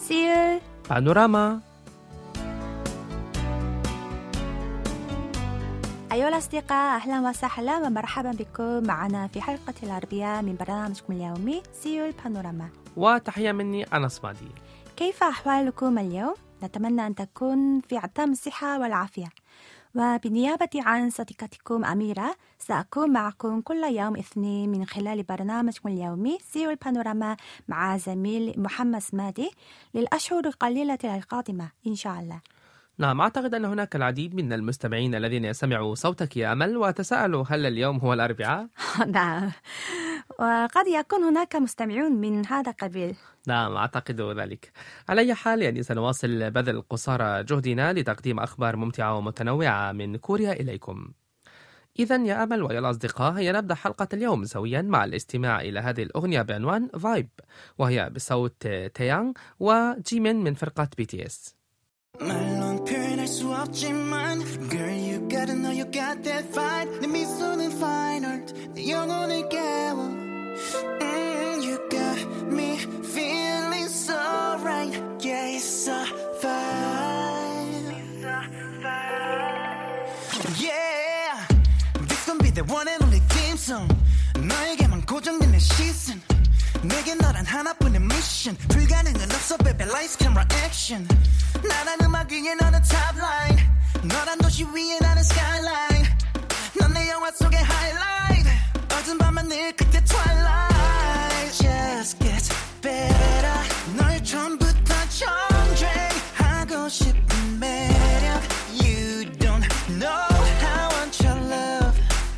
سيول بانوراما. أيها الأصدقاء، أهلا وسهلا ومرحبا بكم معنا في حلقة الأربعاء من برنامجكم اليومي سيول بانوراما. وتحية مني أنا صمادي. كيف أحوالكم اليوم؟ نتمنى أن تكون في أتم الصحة والعافية. وبنيابة عن صديقتكم أميرة سأكون معكم كل يوم اثنين من خلال برنامجكم اليومي سيول بانوراما مع زميل محمد سمادي للأشهر القليلة القادمة إن شاء الله. نعم، أعتقد أن هناك العديد من المستمعين الذين يسمعوا صوتك يا أمل وتساءلوا هل اليوم هو الأربعاء؟ نعم، وقد يكون هناك مستمعون من هذا القبيل. نعم، أعتقد ذلك. على أي حال، يعني سنواصل بذل قصارى جهدنا لتقديم أخبار ممتعة ومتنوعة من كوريا إليكم. إذا يا أمل ويا الأصدقاء، هيا نبدأ حلقة اليوم سويا مع الاستماع إلى هذه الأغنية بعنوان فايب، وهي بصوت تيانغ وجيمين من فرقة BTS. 말론 표현할 수 없지만 Girl you gotta know you got that fight 내 미소는 fine art 내 영혼을 깨워 You got me feeling so right Yeah it's a vibe Yeah This gon' be the one and only theme song 너에게만 고정된 내 시선 내게 너란 하나뿐인 미션 불가능은 없어 baby lights camera action 나란 음악 위에 너는 top line 너란 도시 위에 나는 skyline 넌 내 영화 속의 highlight 어두운 밤하늘 끝에 twilight Just gets better 널 처음부터 정죄하고 싶은 매력 You don't know how I want your love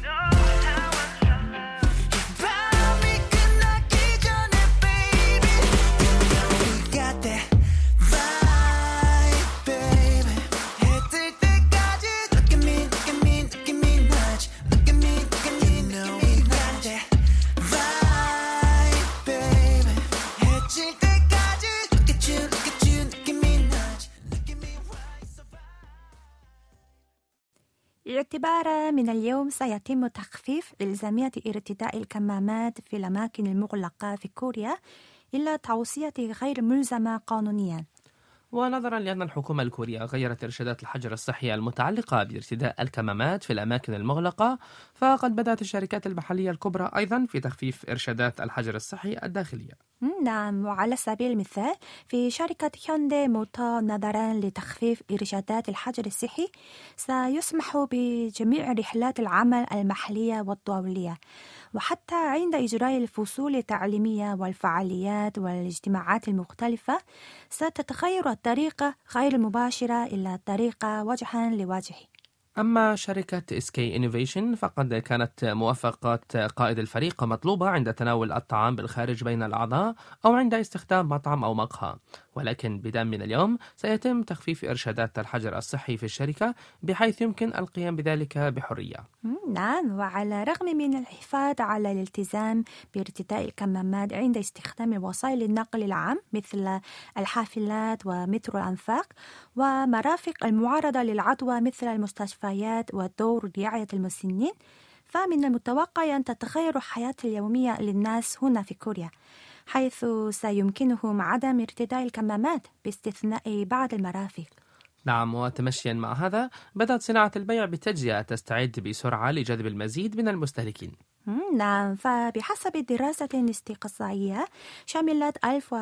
اعتبارا من اليوم سيتم تخفيف إلزامية ارتداء الكمامات في الأماكن المغلقة في كوريا إلا توصية غير ملزمة قانونيا. ونظرا لأن الحكومة الكورية غيرت إرشادات الحجر الصحي المتعلقة بارتداء الكمامات في الأماكن المغلقة، فقد بدأت الشركات المحلية الكبرى أيضا في تخفيف إرشادات الحجر الصحي الداخلية. نعم، وعلى سبيل المثال في شركة هيونداي موتور نظرا لتخفيف إرشادات الحجر الصحي سيسمح بجميع رحلات العمل المحلية والدولية، وحتى عند إجراء الفصول التعليمية والفعاليات والاجتماعات المختلفة ستتغير الطريقة غير المباشرة إلى الطريقة وجها لوجه. أما شركة SK Innovation فقد كانت موافقة قائد الفريق مطلوبة عند تناول الطعام بالخارج بين الأعضاء أو عند استخدام مطعم أو مقهى، ولكن بدءا من اليوم سيتم تخفيف إرشادات الحجر الصحي في الشركة بحيث يمكن القيام بذلك بحرية. نعم، وعلى الرغم من الحفاظ على الالتزام بارتداء الكمامات عند استخدام وسائل النقل العام مثل الحافلات ومترو الأنفاق ومرافق المعرضة للعدوى مثل المستشفيات ودور رعاية المسنين، فمن المتوقع أن تتغير الحياة اليومية للناس هنا في كوريا، حيث سيمكنهم عدم ارتداء الكمامات باستثناء بعض المرافق. نعم، وتمشيا مع هذا بدأت صناعة البيع بالتجزئة تستعد بسرعة لجذب المزيد من المستهلكين. نعم، فبحسب دراسة استقصائية شملت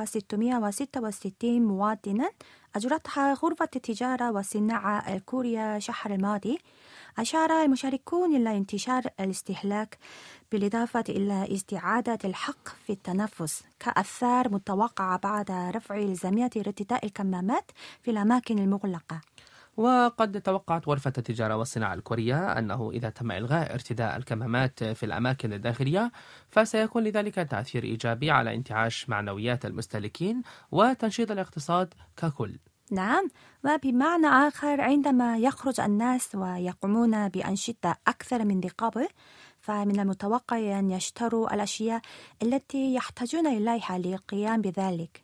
1666 مواطنا أجرتها غرفة التجارة والصناعة الكورية الشهر الماضي، أشار المشاركون إلى انتشار الاستهلاك بالإضافة إلى استعادة الحق في التنفس كأثار متوقعة بعد رفع إلزامية ارتداء الكمامات في الأماكن المغلقة. وقد توقعت غرفة التجارة والصناعة الكورية أنه إذا تم إلغاء ارتداء الكمامات في الأماكن الداخلية فسيكون لذلك تأثير إيجابي على انتعاش معنويات المستهلكين وتنشيط الاقتصاد ككل. نعم، وبمعنى آخر عندما يخرج الناس ويقومون بأنشطة أكثر من قبل فمن المتوقع أن يشتروا الأشياء التي يحتاجون إليها للقيام بذلك.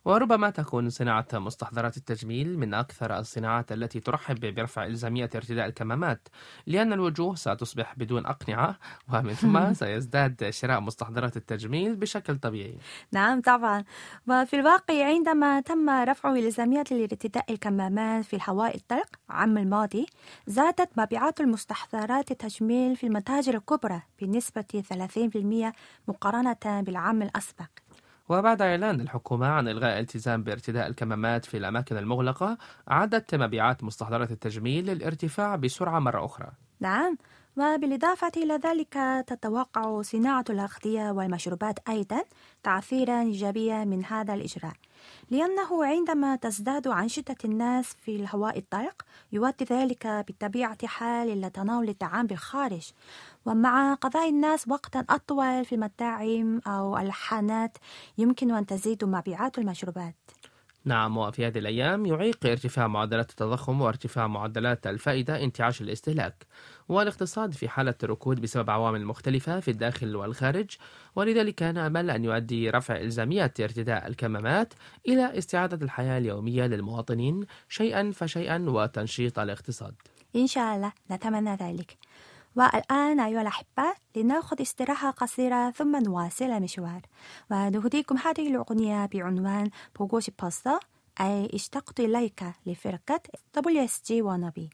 وربما تكون صناعة مستحضرات التجميل من أكثر الصناعات التي ترحب برفع إلزامية ارتداء الكمامات، لأن الوجوه ستصبح بدون أقنعة، ومن ثم سيزداد شراء مستحضرات التجميل بشكل طبيعي. نعم طبعا. وفي الواقع عندما تم رفع إلزامية لارتداء الكمامات في الهواء الطلق العام الماضي، زادت مبيعات المستحضرات التجميل في المتاجر الكبرى بنسبة 30% مقارنة بالعام الأسبق. وبعد إعلان الحكومة عن إلغاء الالتزام بارتداء الكمامات في الأماكن المغلقة، عادت مبيعات مستحضرات التجميل للارتفاع بسرعة مرة أخرى. نعم، وبالإضافة إلى ذلك تتوقع صناعة الأغذية والمشروبات أيضا تأثيرا إيجابيا من هذا الإجراء، لأنه عندما تزداد أنشطة الناس في الهواء الطلق يؤدي ذلك بطبيعة الحال إلى تناول الطعام بالخارج، ومع قضاء الناس وقتا أطول في المطاعم أو الحانات يمكن أن تزيد مبيعات المشروبات. نعم، وفي هذه الأيام يعيق ارتفاع معدلات التضخم وارتفاع معدلات الفائدة انتعاش الاستهلاك والاقتصاد في حالة ركود بسبب عوامل مختلفة في الداخل والخارج، ولذلك نأمل أن يؤدي رفع إلزامية ارتداء الكمامات إلى استعادة الحياة اليومية للمواطنين شيئا فشيئا وتنشيط الاقتصاد. إن شاء الله نتمنى ذلك. والآن أيها الأحبة لنأخذ استراحة قصيرة ثم نواصل المشوار، ونهديكم هذه الأغنية بعنوان 보고 싶었어 أي اشتقت إليك لفرقة WSG wannabe.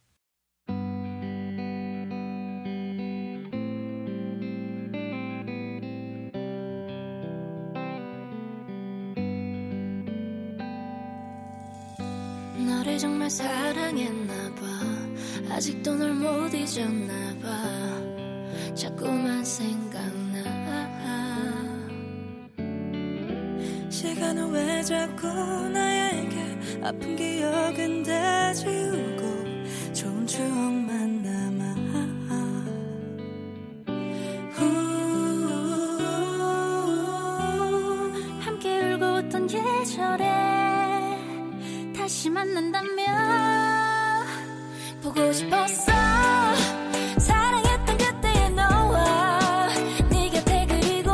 너를 정말 사랑했나 봐. 아직도 널 못 잊었나 봐. 자꾸만 생각나. 시간은 왜 자꾸 나에게 아픈 기억은 다 지우고 좋은 추억만 남아. 함께 울고 웃던 계절에 다시 만난다면 보고 싶었어. 사랑했던 그때의 너와 네 곁에 그리고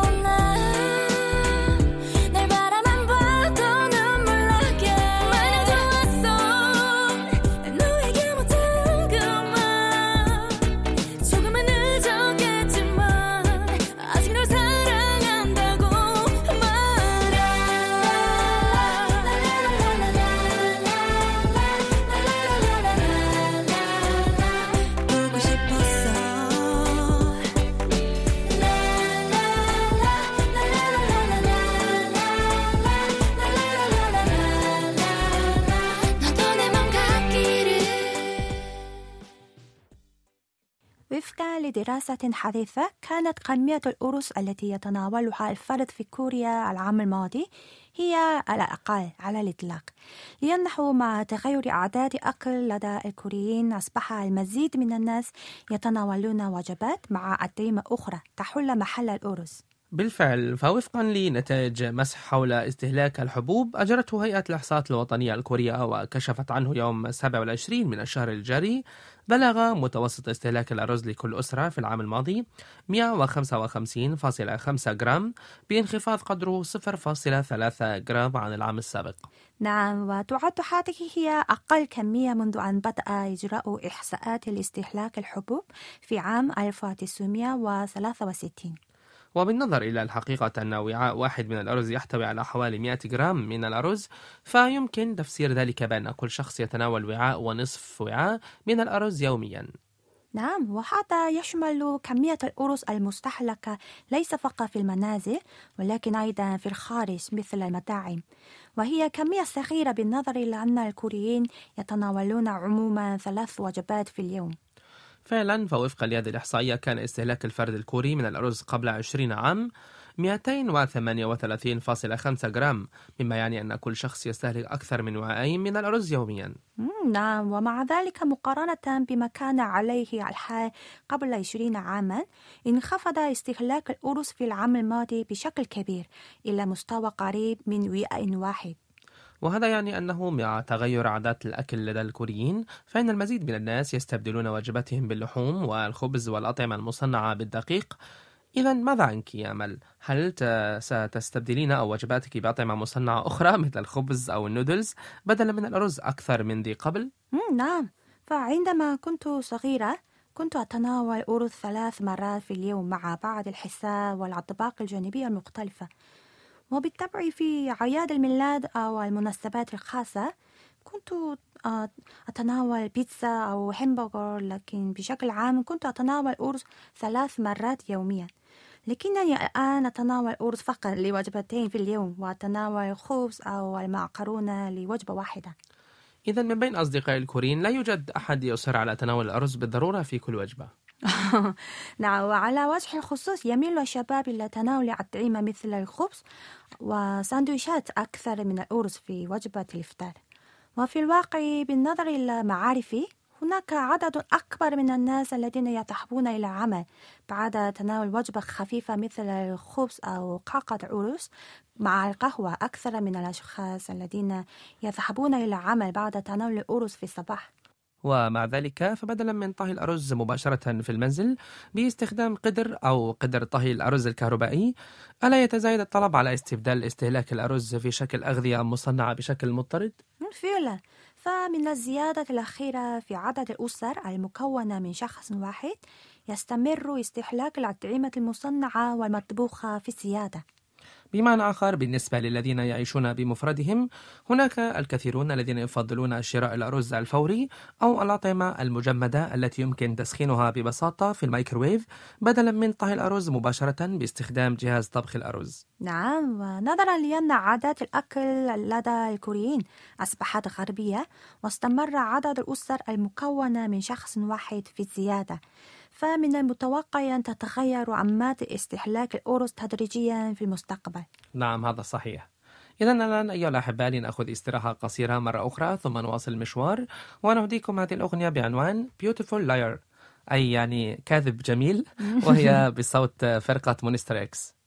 날 바라만 봐도 눈물 나게 많이 좋았어. 너에게 못한 그만 조금은 늦었겠지만 아직 널 사랑한다고 말해. 보고 싶었어. 너도 내 맘 같기를. وفقا لدراسة حديثة كانت كمية الأرز التي يتناولها الفرد في كوريا العام الماضي هي الأقل على الإطلاق، لأنه مع تغير أعداد الأكل لدى الكوريين أصبح المزيد من الناس يتناولون وجبات مع أطعمة أخرى تحل محل الأرز. بالفعل، فوفقا لنتائج مسح حول استهلاك الحبوب أجرته هيئة الإحصاءات الوطنية الكورية وكشفت عنه يوم 27 من الشهر الجاري، بلغ متوسط استهلاك الأرز لكل أسرة في العام الماضي 155.5 جرام، بانخفاض قدره 0.3 جرام عن العام السابق. نعم، وتعد هذه هي أقل كمية منذ أن بدأ إجراء إحصاءات الاستهلاك الحبوب في عام 1963. وبالنظر إلى الحقيقة أن وعاء واحد من الأرز يحتوي على حوالي 100 جرام من الأرز، فيمكن تفسير ذلك بأن كل شخص يتناول وعاء ونصف وعاء من الأرز يوميا. نعم، وهذا يشمل كمية الأرز المستهلكة ليس فقط في المنازل ولكن أيضا في الخارج مثل المطاعم، وهي كمية صغيرة بالنظر إلى أن الكوريين يتناولون عموما 3 وجبات في اليوم. فعلا، فوفقا لهذه الإحصائية كان استهلاك الفرد الكوري من الأرز قبل 20 عام 238.5 جرام، مما يعني أن كل شخص يستهلك أكثر من وعاءين من الأرز يوميا. نعم، ومع ذلك مقارنة بما كان عليه الحال قبل 20 عاما انخفض استهلاك الأرز في العام الماضي بشكل كبير إلى مستوى قريب من وعاء واحد. وهذا يعني أنه مع تغير عادات الأكل لدى الكوريين، فإن المزيد من الناس يستبدلون وجباتهم باللحوم والخبز والأطعمة المصنعة بالدقيق إذا ماذا عنك يا أمل؟ هل ستستبدلين أو وجباتك بأطعمة مصنعة أخرى مثل الخبز أو النودلز بدلا من الأرز أكثر من ذي قبل؟ نعم، فعندما كنت صغيرة كنت أتناول أرز 3 مرات في اليوم مع بعض الحساء والأطباق الجانبية المختلفة. وبالطبع في أعياد الميلاد أو المناسبات الخاصة كنت أتناول بيتزا أو همبرجر، لكن بشكل عام كنت أتناول أرز 3 مرات يوميا. لكنني الآن أتناول أرز فقط لوجبتين في اليوم، وأتناول خبز أو المعكرونة لوجبة واحدة. إذا من بين أصدقائي الكوريين لا يوجد أحد يصر على تناول الأرز بالضرورة في كل وجبة. نعم، وعلى وجه الخصوص يميل الشباب إلى تناول أطعمة مثل الخبز وساندويشات أكثر من الأرز في وجبة الإفطار. وفي الواقع بالنظر إلى معارفي هناك عدد أكبر من الناس الذين يذهبون إلى العمل بعد تناول وجبة خفيفة مثل الخبز أو قعقة الأرز مع القهوة أكثر من الأشخاص الذين يذهبون إلى العمل بعد تناول الأرز في الصباح. ومع ذلك فبدلا من طهي الأرز مباشرة في المنزل باستخدام قدر أو قدر طهي الأرز الكهربائي، ألا يتزايد الطلب على استبدال استهلاك الأرز في شكل أغذية مصنعة بشكل مضطرد؟ فعلا، فمن الزيادة الأخيرة في عدد الأسر المكونة من شخص واحد يستمر استهلاك الأطعمة المصنعة والمطبوخة في الزيادة. بمعنى آخر، بالنسبة للذين يعيشون بمفردهم هناك الكثيرون الذين يفضلون شراء الأرز الفوري أو الأطعمة المجمدة التي يمكن تسخينها ببساطة في الميكروويف بدلا من طهي الأرز مباشرة باستخدام جهاز طبخ الأرز. نعم، ونظرا لأن عادات الأكل لدى الكوريين أصبحت غربية واستمر عدد الأسر المكونة من شخص واحد في الزيادة، فمن المتوقع أن تتغير عمات استهلاك الأرز تدريجيا في المستقبل. نعم، هذا صحيح. إذا الآن أيها الأحباء لنأخذ استراحة قصيرة مرة أخرى ثم نواصل المشوار، ونهديكم هذه الأغنية بعنوان Beautiful Liar، أي يعني كاذب جميل، وهي بصوت فرقة مونستر إكس.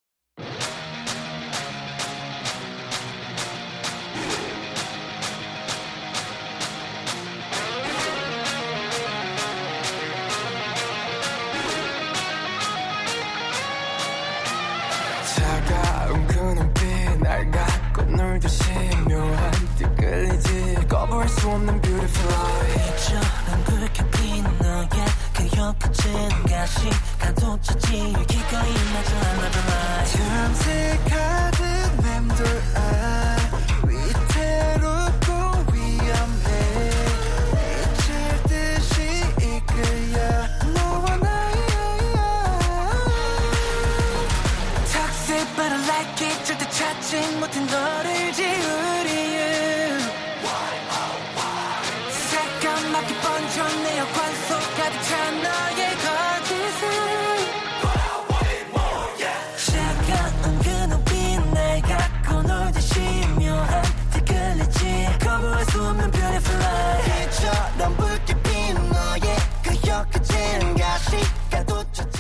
놀듯이 묘한 듯 끌리지 거부할 수 없는 beautiful lie 빛처럼 붉게 핀 너의 그 혀끝은 가시가도 젖지 기꺼이 맞아 another lie 탐색하듯 맴돌아 위태롭고 위험해 미칠 듯이 이끌려 너와 나의 Toxic but I like it 절대 찾지 못한 너를 지우리 새까맣게 번져 내 혈관 속 가득 찬 너의 거짓은 차가운 그 눈빛 날 갖고 놀듯이 묘한 듯 끌리지 거부할 수 없는 beautiful lie 빛처럼 붉게 핀 너의 그 혀끝은 가시가도 젖지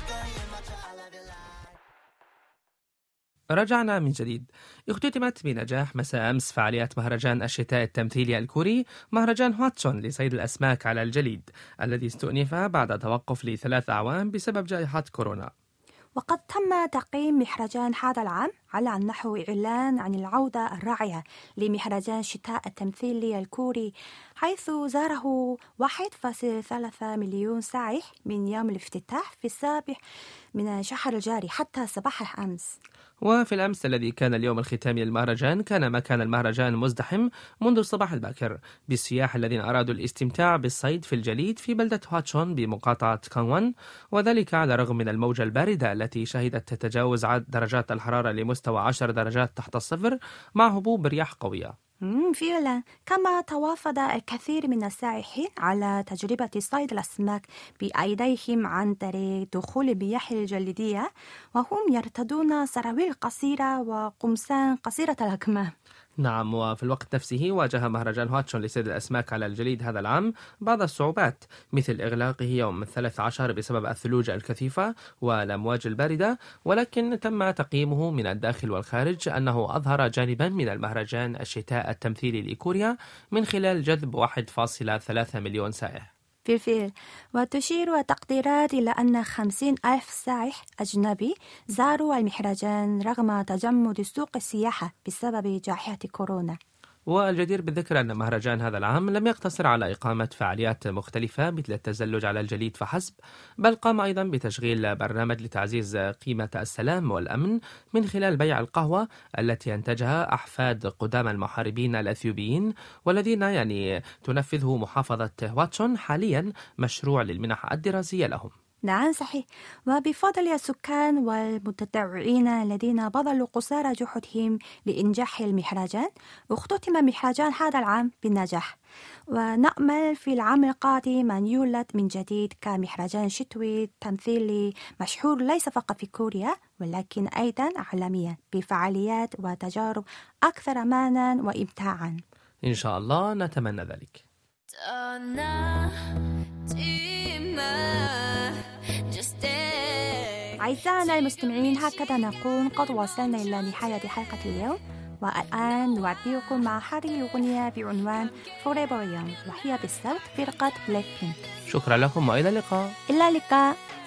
رجعنا من جديد. اختتمت بنجاح مساء أمس فعاليات مهرجان الشتاء التمثيلي الكوري، مهرجان هواتشون لصيد الأسماك على الجليد، الذي استؤنف بعد توقف ل3 أعوام بسبب جائحة كورونا. وقد تم تقييم مهرجان هذا العام على أنه إعلان عن العودة الرائعة لمهرجان الشتاء التمثيلي الكوري، حيث زاره 1.3 مليون سائح من يوم الافتتاح في السابع من الشهر الجاري حتى صباح أمس. وفي الأمس الذي كان اليوم الختامي للمهرجان كان مكان المهرجان مزدحم منذ الصباح الباكر بالسياح الذين أرادوا الاستمتاع بالصيد في الجليد في بلدة هواتشون بمقاطعة كانوان، وذلك على الرغم من الموجة الباردة التي شهدت تجاوز درجات الحرارة لمستوى 10 درجات تحت الصفر مع هبوب رياح قوية. فعلا، كما توافد الكثير من السائحين على تجربة صيد الأسماك بأيديهم عن طريق دخول المياه الجليدية، وهم يرتدون سراويل قصيرة وقمصان قصيرة الأكمام. نعم، وفي الوقت نفسه واجه مهرجان هواتشون لصيد الأسماك على الجليد هذا العام بعض الصعوبات، مثل إغلاقه يوم 13 بسبب الثلوج الكثيفة والأمواج الباردة، ولكن تم تقييمه من الداخل والخارج أنه أظهر جانبا من المهرجان الشتاء التمثيلي لكوريا من خلال جذب 1.3 مليون سائح. بالفعل. وتشير التقديرات إلى أن 50,000 سائح أجنبي زاروا المهرجان رغم تجمد سوق السياحة بسبب جائحة كورونا. والجدير بالذكر أن مهرجان هذا العام لم يقتصر على إقامة فعاليات مختلفة مثل التزلج على الجليد فحسب، بل قام أيضا بتشغيل برنامج لتعزيز قيمة السلام والأمن من خلال بيع القهوة التي أنتجها أحفاد قدام المحاربين الأثيوبيين، والذين تنفذه محافظة واتشون حاليا مشروع للمنح الدراسية لهم. نعم صحيح. وبفضل السكان والمتطوعين الذين بذلوا قصارى جهدهم لإنجاح المهرجان، اختتم مهرجان هذا العام بالنجاح. ونأمل في العام القادم أن يولد من جديد كمهرجان شتوي تمثيلي مشهور ليس فقط في كوريا ولكن أيضا عالميا بفعاليات وتجارب أكثر أمانا وإمتاعا. إن شاء الله نتمنى ذلك. أعزائنا المستمعين، هكذا نكون قد وصلنا إلى نهاية حلقة اليوم. والآن نودعكم مع هذه الأغنية بعنوان Forever Young، وهي بالصوت فرقة بلاك بينك. شكرا لكم وإلى اللقاء. إلى اللقاء.